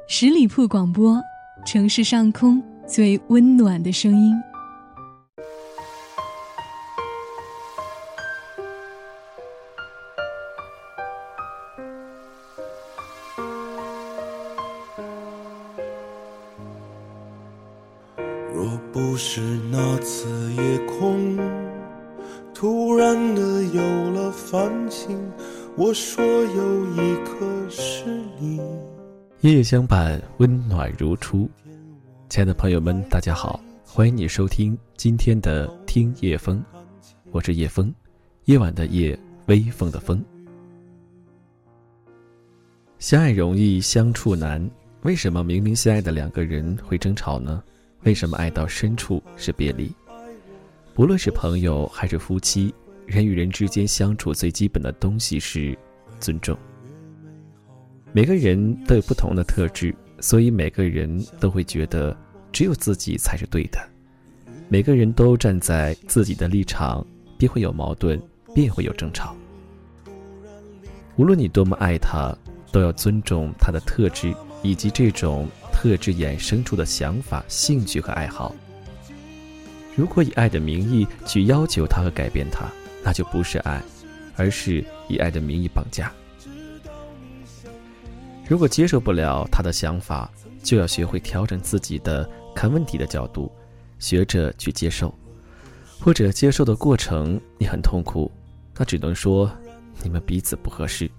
十里铺广播，城市上空最温暖的声音。 若不是那次夜空突然的有了繁星，我说有一颗是你。 夜夜相伴，温暖如初。亲爱的朋友们，大家好，欢迎你收听今天的听夜风，我是叶风，夜晚的夜，微风的风。相爱容易相处难，为什么明明相爱的两个人会争吵呢？为什么爱到深处是别离？不论是朋友还是夫妻，人与人之间相处最基本的东西是尊重。每个人都有不同的特质，所以每个人都会觉得只有自己才是对的。每个人都站在自己的立场，便会有矛盾，便会有争吵。无论你多么爱他，都要尊重他的特质，以及这种特质衍生出的想法、兴趣和爱好。如果以爱的名义去要求他和改变他，那就不是爱，而是以爱的名义绑架。如果接受不了他的想法，就要学会调整自己的看问题的角度，学着去接受。或者接受的过程你很痛苦，那只能说你们彼此不合适。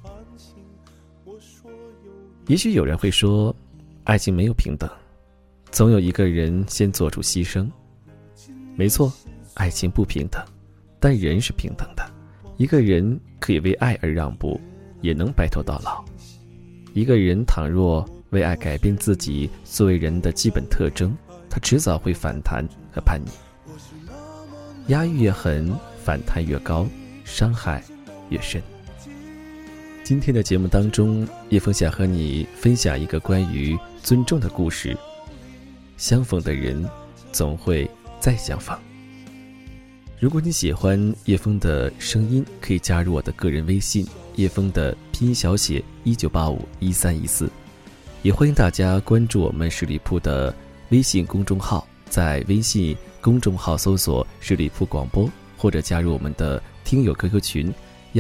也许有人会说，爱情没有平等，总有一个人先做出牺牲。没错，爱情不平等，但人是平等的。一个人可以为爱而让步，也能白头到老。一个人倘若为爱改变自己作为人的基本特征，他迟早会反弹和叛逆。压抑越狠，反弹越高，伤害越深。今天的节目当中，叶枫想和你分享一个关于尊重的故事。相逢的人总会再相逢。如果你喜欢叶枫的声音，可以加入我的个人微信叶枫的拼音小写19851314，也欢迎大家关注我们十里铺的微信公众号，在微信公众号搜索十里铺广播，或者加入我们的听友 QQ 群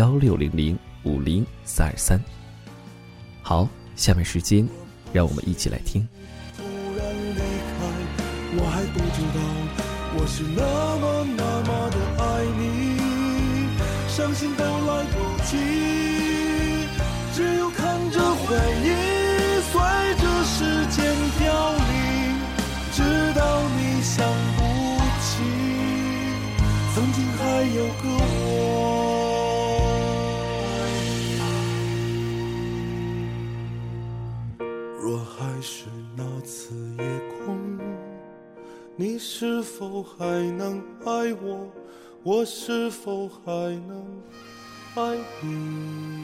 1600500323。好，下面时间让我们一起来听。 突然离开，我还不知道我是那么的爱你，伤心都来不及，只有看着回忆随着时间凋零，直到你想不起曾经还有个我。若还是那次夜空，你是否还能爱我？我是否还能爱你？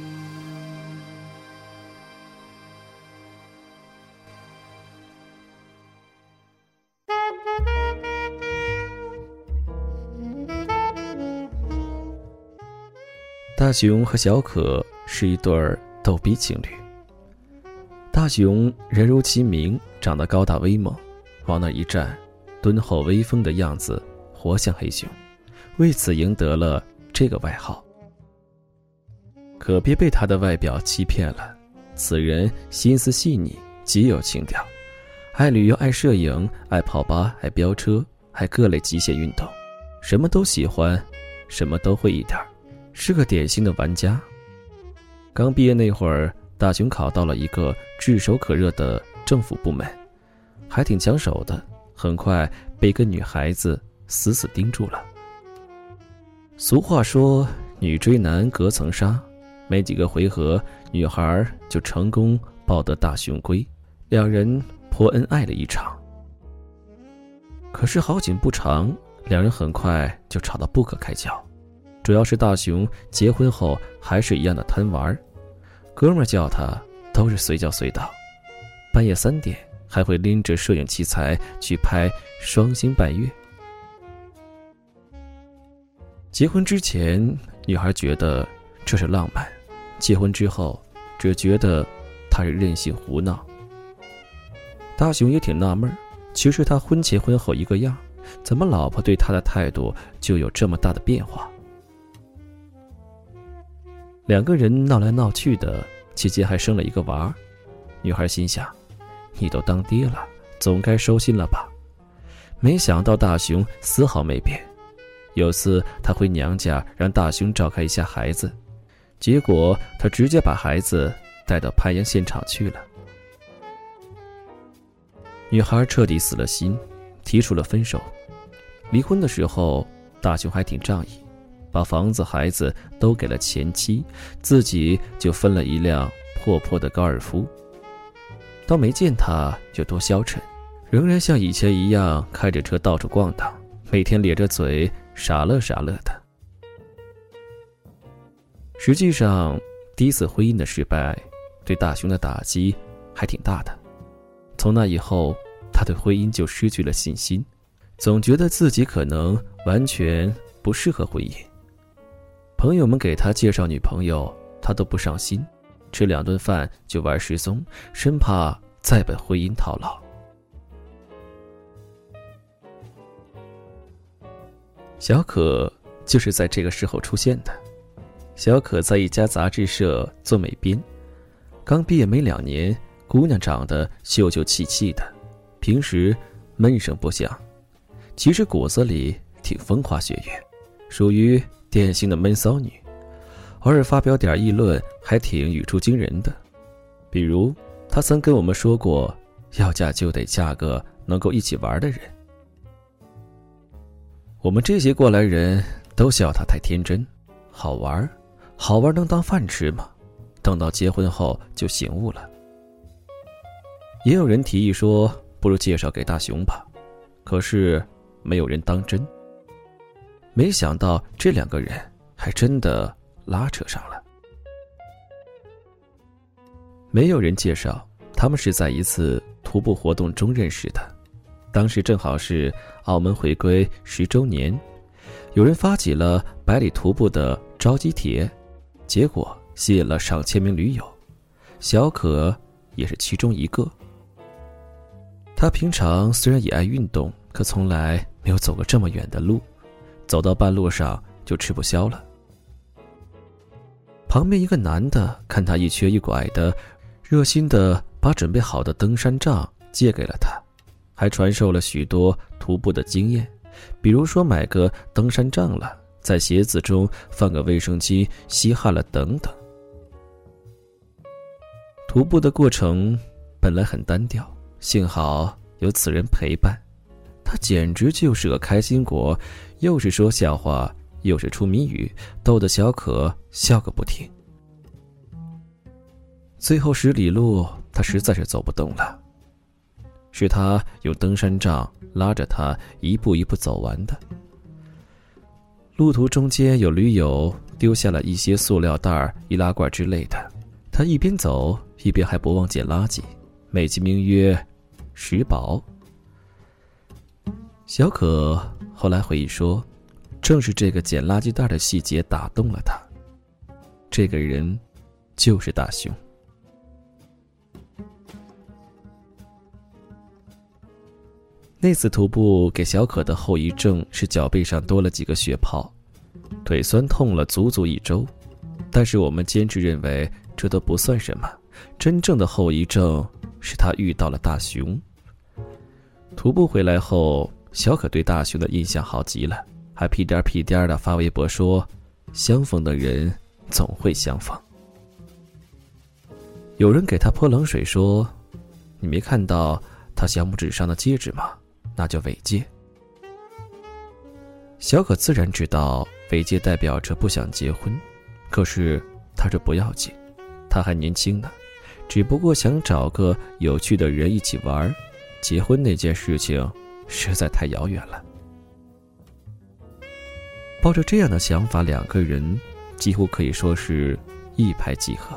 大熊和小可是一对逗逼情侣。大熊人如其名，长得高大威猛，往那一站，敦厚威风的样子活像黑熊，为此赢得了这个外号。可别被他的外表欺骗了，此人心思细腻，极有情调，爱旅游，爱摄影，爱跑吧，爱飙车，爱各类极限运动，什么都喜欢，什么都会一点，是个典型的玩家。刚毕业那会儿，大熊考到了一个炙手可热的政府部门，还挺抢手的，很快被一个女孩子死死盯住了。俗话说女追男隔层纱，没几个回合，女孩就成功抱得大熊归，两人颇恩爱了一场。可是好景不长，两人很快就吵得不可开交，主要是大熊结婚后还是一样的贪玩，哥们叫他都是随叫随到，半夜3点还会拎着摄影器材去拍双星半月。结婚之前，女孩觉得这是浪漫，结婚之后只觉得他是任性胡闹。 大雄也挺纳闷，其实他婚前婚后一个样，怎么老婆对他的态度就有这么大的变化？两个人闹来闹去的，期间还生了一个娃。女孩心想，你都当爹了，总该收心了吧。没想到大雄丝毫没变。有次他回娘家让大雄照看一下孩子，结果他直接把孩子带到攀岩现场去了。女孩彻底死了心，提出了分手。离婚的时候，大雄还挺仗义，把房子孩子都给了前妻，自己就分了一辆破破的高尔夫。倒没见他有多消沉，仍然像以前一样开着车到处逛荡，每天咧着嘴傻乐傻乐的。实际上，第一次婚姻的失败对大雄的打击还挺大的。从那以后，他对婚姻就失去了信心，总觉得自己可能完全不适合婚姻。朋友们给他介绍女朋友，他都不上心，吃2顿饭就玩失踪，生怕再被婚姻套牢。小可就是在这个时候出现的。小可在一家杂志社做美编，刚毕业没2年，姑娘长得秀秀气气的，平时闷声不响，其实骨子里挺风花雪月，属于典型的闷骚女。偶尔发表点议论还挺语出惊人的，比如她曾跟我们说过，要嫁就得嫁个能够一起玩的人。我们这些过来人都笑她太天真，好玩能当饭吃吗？等到结婚后就醒悟了。也有人提议说，不如介绍给大雄吧，可是没有人当真。没想到这2个人还真的拉扯上了。没有人介绍，他们是在一次徒步活动中认识的，当时正好是澳门回归10周年，有人发起了100里徒步的召集帖，结果吸引了上千名驴友，小可也是其中一个。他平常虽然也爱运动，可从来没有走过这么远的路，走到半路上就吃不消了。旁边一个男的看他一瘸一拐的，热心的把准备好的登山杖借给了他，还传授了许多徒步的经验，比如说买个登山杖了，在鞋子中放个卫生巾，吸汗了等等。徒步的过程本来很单调，幸好有此人陪伴，他简直就是个开心果，又是说笑话，又是出谜语，逗得小可笑个不停。最后10里路，他实在是走不动了，是他用登山杖拉着他一步一步走完的。路途中间有驴友丢下了一些塑料袋、易拉罐之类的，他一边走一边还不忘捡垃圾，美其名曰拾宝。小可后来回忆说，正是这个捡垃圾袋的细节打动了他，这个人就是大雄。那次徒步给小可的后遗症是脚背上多了几个血泡，腿酸痛了足足1周，但是我们坚持认为这都不算什么，真正的后遗症是他遇到了大雄。徒步回来后，小可对大雄的印象好极了，还屁颠屁颠的发微博说，相逢的人总会相逢。有人给他泼冷水说，你没看到他小拇指上的戒指吗？那叫伪戒。小可自然知道伪戒代表着不想结婚，可是他说不要紧，他还年轻呢，只不过想找个有趣的人一起玩，结婚那件事情实在太遥远了。抱着这样的想法，2个人几乎可以说是一拍即合。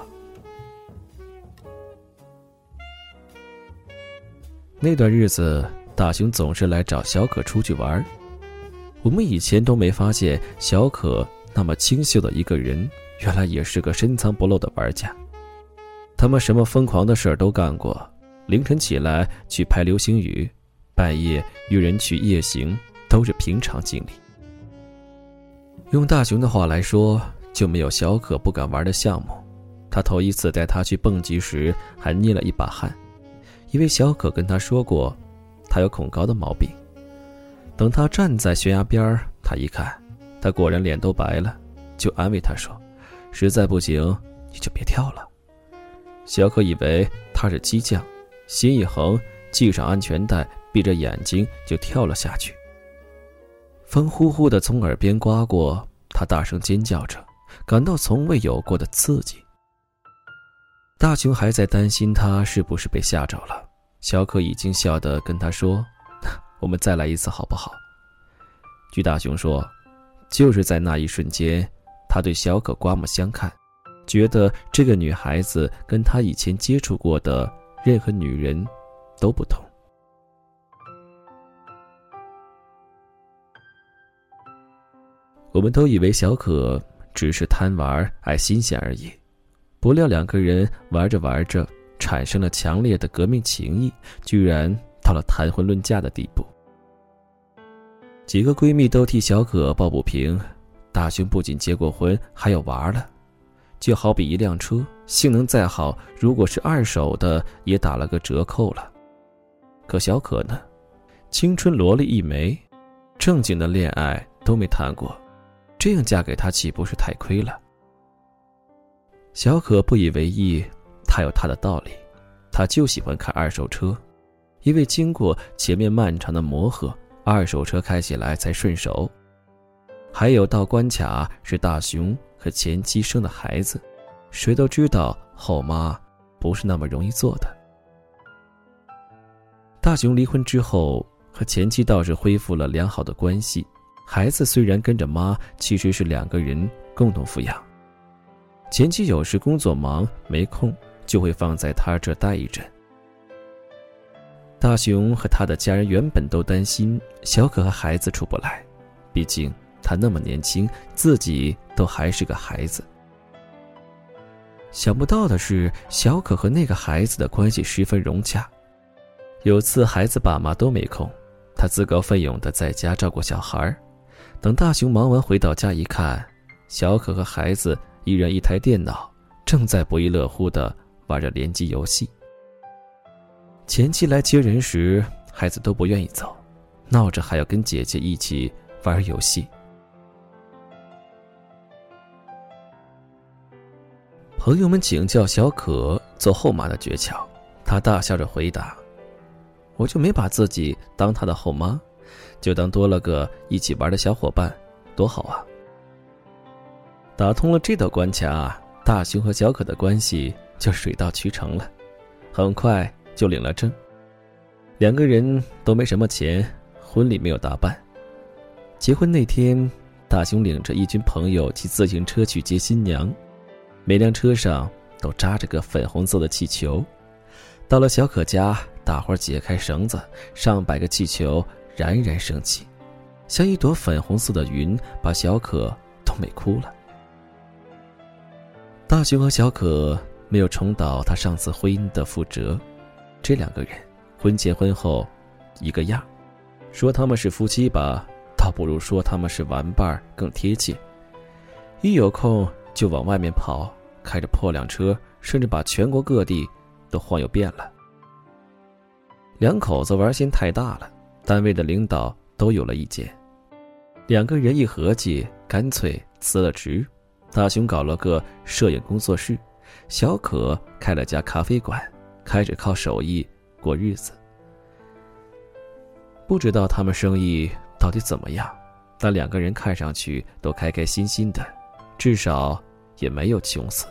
那段日子，大雄总是来找小可出去玩，我们以前都没发现小可那么清秀的一个人，原来也是个深藏不露的玩家。他们什么疯狂的事儿都干过， 凌晨起来去拍流星雨，半夜约人去夜行，都是平常经历。用大雄的话来说，就没有小可不敢玩的项目。他头一次带他去蹦极时还捏了一把汗，因为小可跟他说过他有恐高的毛病。等他站在悬崖边，他一看他果然脸都白了，就安慰他说，实在不行你就别跳了。小可以为他是激将，心一横，系上安全带，闭着眼睛就跳了下去。风呼呼地从耳边刮过，他大声尖叫着，感到从未有过的刺激。大雄还在担心他是不是被吓着了，小可已经笑得跟他说，我们再来一次好不好？据大雄说，就是在那一瞬间，他对小可刮目相看，觉得这个女孩子跟他以前接触过的任何女人都不同。我们都以为小可只是贪玩爱新鲜而已，不料两个人玩着玩着产生了强烈的革命情谊，居然到了谈婚论嫁的地步。几个闺蜜都替小可抱不平，大雄不仅结过婚还要玩了，就好比一辆车，性能再好，如果是二手的也打了个折扣了。可小可呢，青春萝莉一枚，正经的恋爱都没谈过，这样嫁给他岂不是太亏了？小可不以为意，他有他的道理，他就喜欢开二手车，因为经过前面漫长的磨合，二手车开起来才顺手。还有道关卡是大雄和前妻生的孩子，谁都知道后妈不是那么容易做的。大雄离婚之后和前妻倒是恢复了良好的关系，孩子虽然跟着妈，其实是两个人共同抚养。前妻有时工作忙没空，就会放在他这待一阵。大雄和他的家人原本都担心小可和孩子处不来，毕竟他那么年轻，自己都还是个孩子。想不到的是，小可和那个孩子的关系十分融洽。有次孩子爸妈都没空，他自告奋勇地在家照顾小孩。等大雄忙完回到家一看，小可和孩子一人一台电脑，正在不亦乐乎地玩着联机游戏。前妻来接人时，孩子都不愿意走，闹着还要跟姐姐一起玩游戏。朋友们请教小可做后妈的诀窍，她大笑着回答，我就没把自己当她的后妈，就当多了个一起玩的小伙伴，多好啊。打通了这道关卡，大雄和小可的关系就水到渠成了，很快就领了证。两个人都没什么钱，婚礼没有打扮。结婚那天，大雄领着一群朋友骑自行车去接新娘，每辆车上都扎着个粉红色的气球。到了小可家，大伙解开绳子，上百个气球冉冉升起，像一朵粉红色的云，把小可都美哭了。大雄和小可没有重蹈他上次婚姻的覆辙，这两个人婚前婚后一个样，说他们是夫妻吧，倒不如说他们是玩伴更贴切。一有空就往外面跑，开着破辆车，甚至把全国各地都晃悠遍了。两口子玩心太大了，单位的领导都有了意见。两个人一合计，干脆辞了职。大雄搞了个摄影工作室，小可开了家咖啡馆，开始靠手艺过日子。不知道他们生意到底怎么样，但两个人看上去都开开心心的，至少也没有穷死。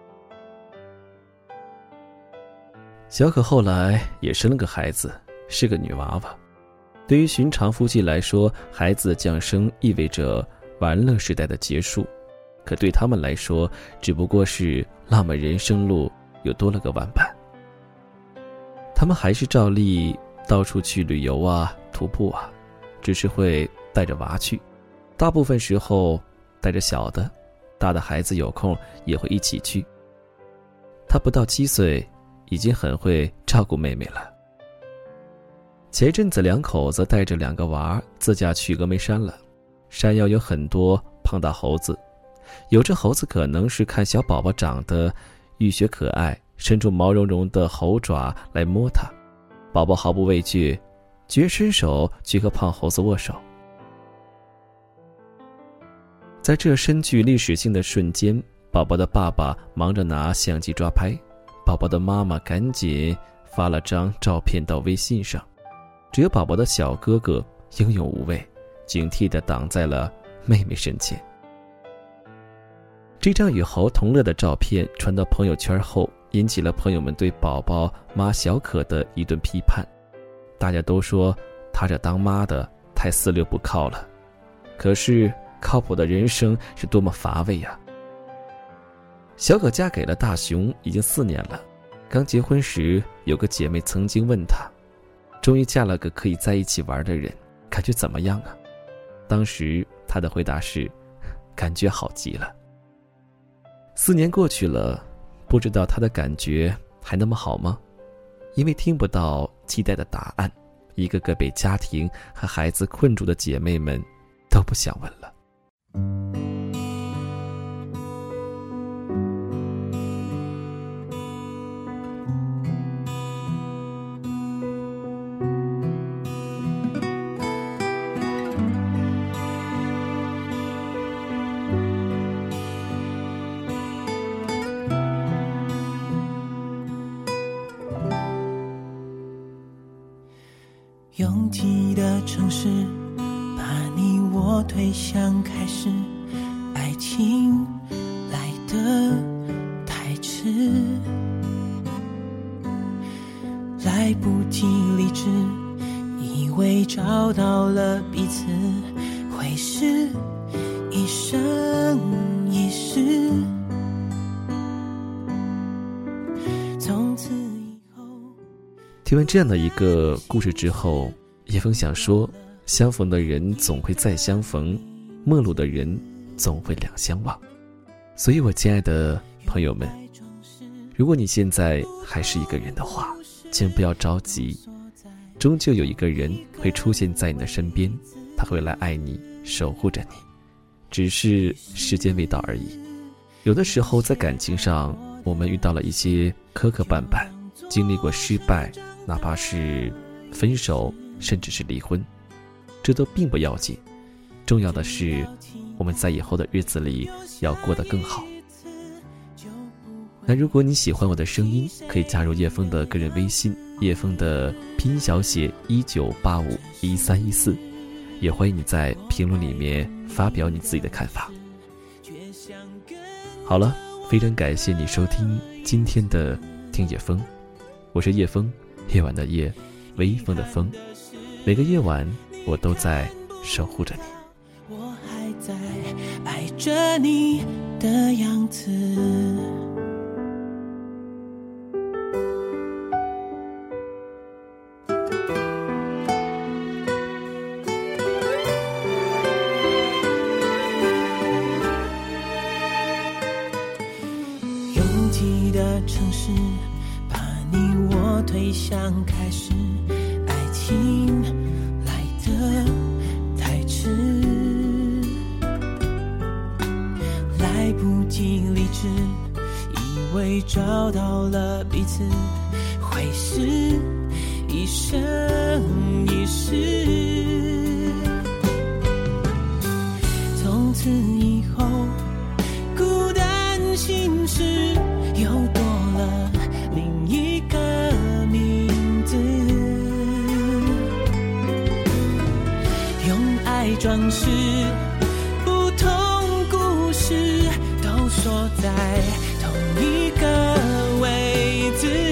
小可后来也生了个孩子，是个女娃娃。对于寻常夫妻来说，孩子的降生意味着玩乐时代的结束，可对他们来说，只不过是浪漫人生路又多了个玩伴。他们还是照例到处去旅游啊，徒步啊，只是会带着娃去，大部分时候带着小的，大的孩子有空也会一起去。他不到7岁已经很会照顾妹妹了。前一阵子两口子带着2个娃自驾去峨眉山了，山腰有很多胖大猴子，有只猴子可能是看小宝宝长得浴血可爱，伸出毛茸茸的猴爪来摸它，宝宝毫不畏惧，居然伸手去和胖猴子握手。在这深具历史性的瞬间，宝宝的爸爸忙着拿相机抓拍，宝宝的妈妈赶紧发了张照片到微信上，只有宝宝的小哥哥英勇无畏，警惕地挡在了妹妹身前。这张与猴同乐的照片传到朋友圈后，引起了朋友们对宝宝妈小可的一顿批判。大家都说她这当妈的太四六不靠了，可是靠谱的人生是多么乏味啊。小可嫁给了大雄已经4年了，刚结婚时有个姐妹曾经问她，终于嫁了个可以在一起玩的人，感觉怎么样啊？当时她的回答是，感觉好极了。4年过去了，不知道她的感觉还那么好吗？因为听不到期待的答案，一个个被家庭和孩子困住的姐妹们都不想问了。 拥挤的城市把你我推向开始，爱情来得太迟，来不及理智，以为找到了彼此，会是一生一世，从此以后。 听完这样的一个故事之后，叶枫想说，相逢的人总会再相逢，陌路的人总会两相忘。所以我亲爱的朋友们，如果你现在还是一个人的话，请不要着急，终究有一个人会出现在你的身边，他会来爱你，守护着你，只是时间未到而已。有的时候在感情上，我们遇到了一些磕磕绊绊，经历过失败，哪怕是分手，甚至是离婚，这都并不要紧，重要的是我们在以后的日子里要过得更好。那如果你喜欢我的声音，可以加入叶枫的个人微信，叶枫的拼音小写19851314，也欢迎你在评论里面发表你自己的看法。好了，非常感谢你收听今天的听叶枫，我是叶枫，夜晚的夜，微风的风，每个夜晚我都在守护着你。 我还在爱着你的样子，拥挤的城市把你我推向开始，爱情来得太迟，来不及理智，以为找到了彼此，会是一生一世，从此以后孤单心事又多了另一个名字，用爱装饰不同故事，都锁在同一个位置。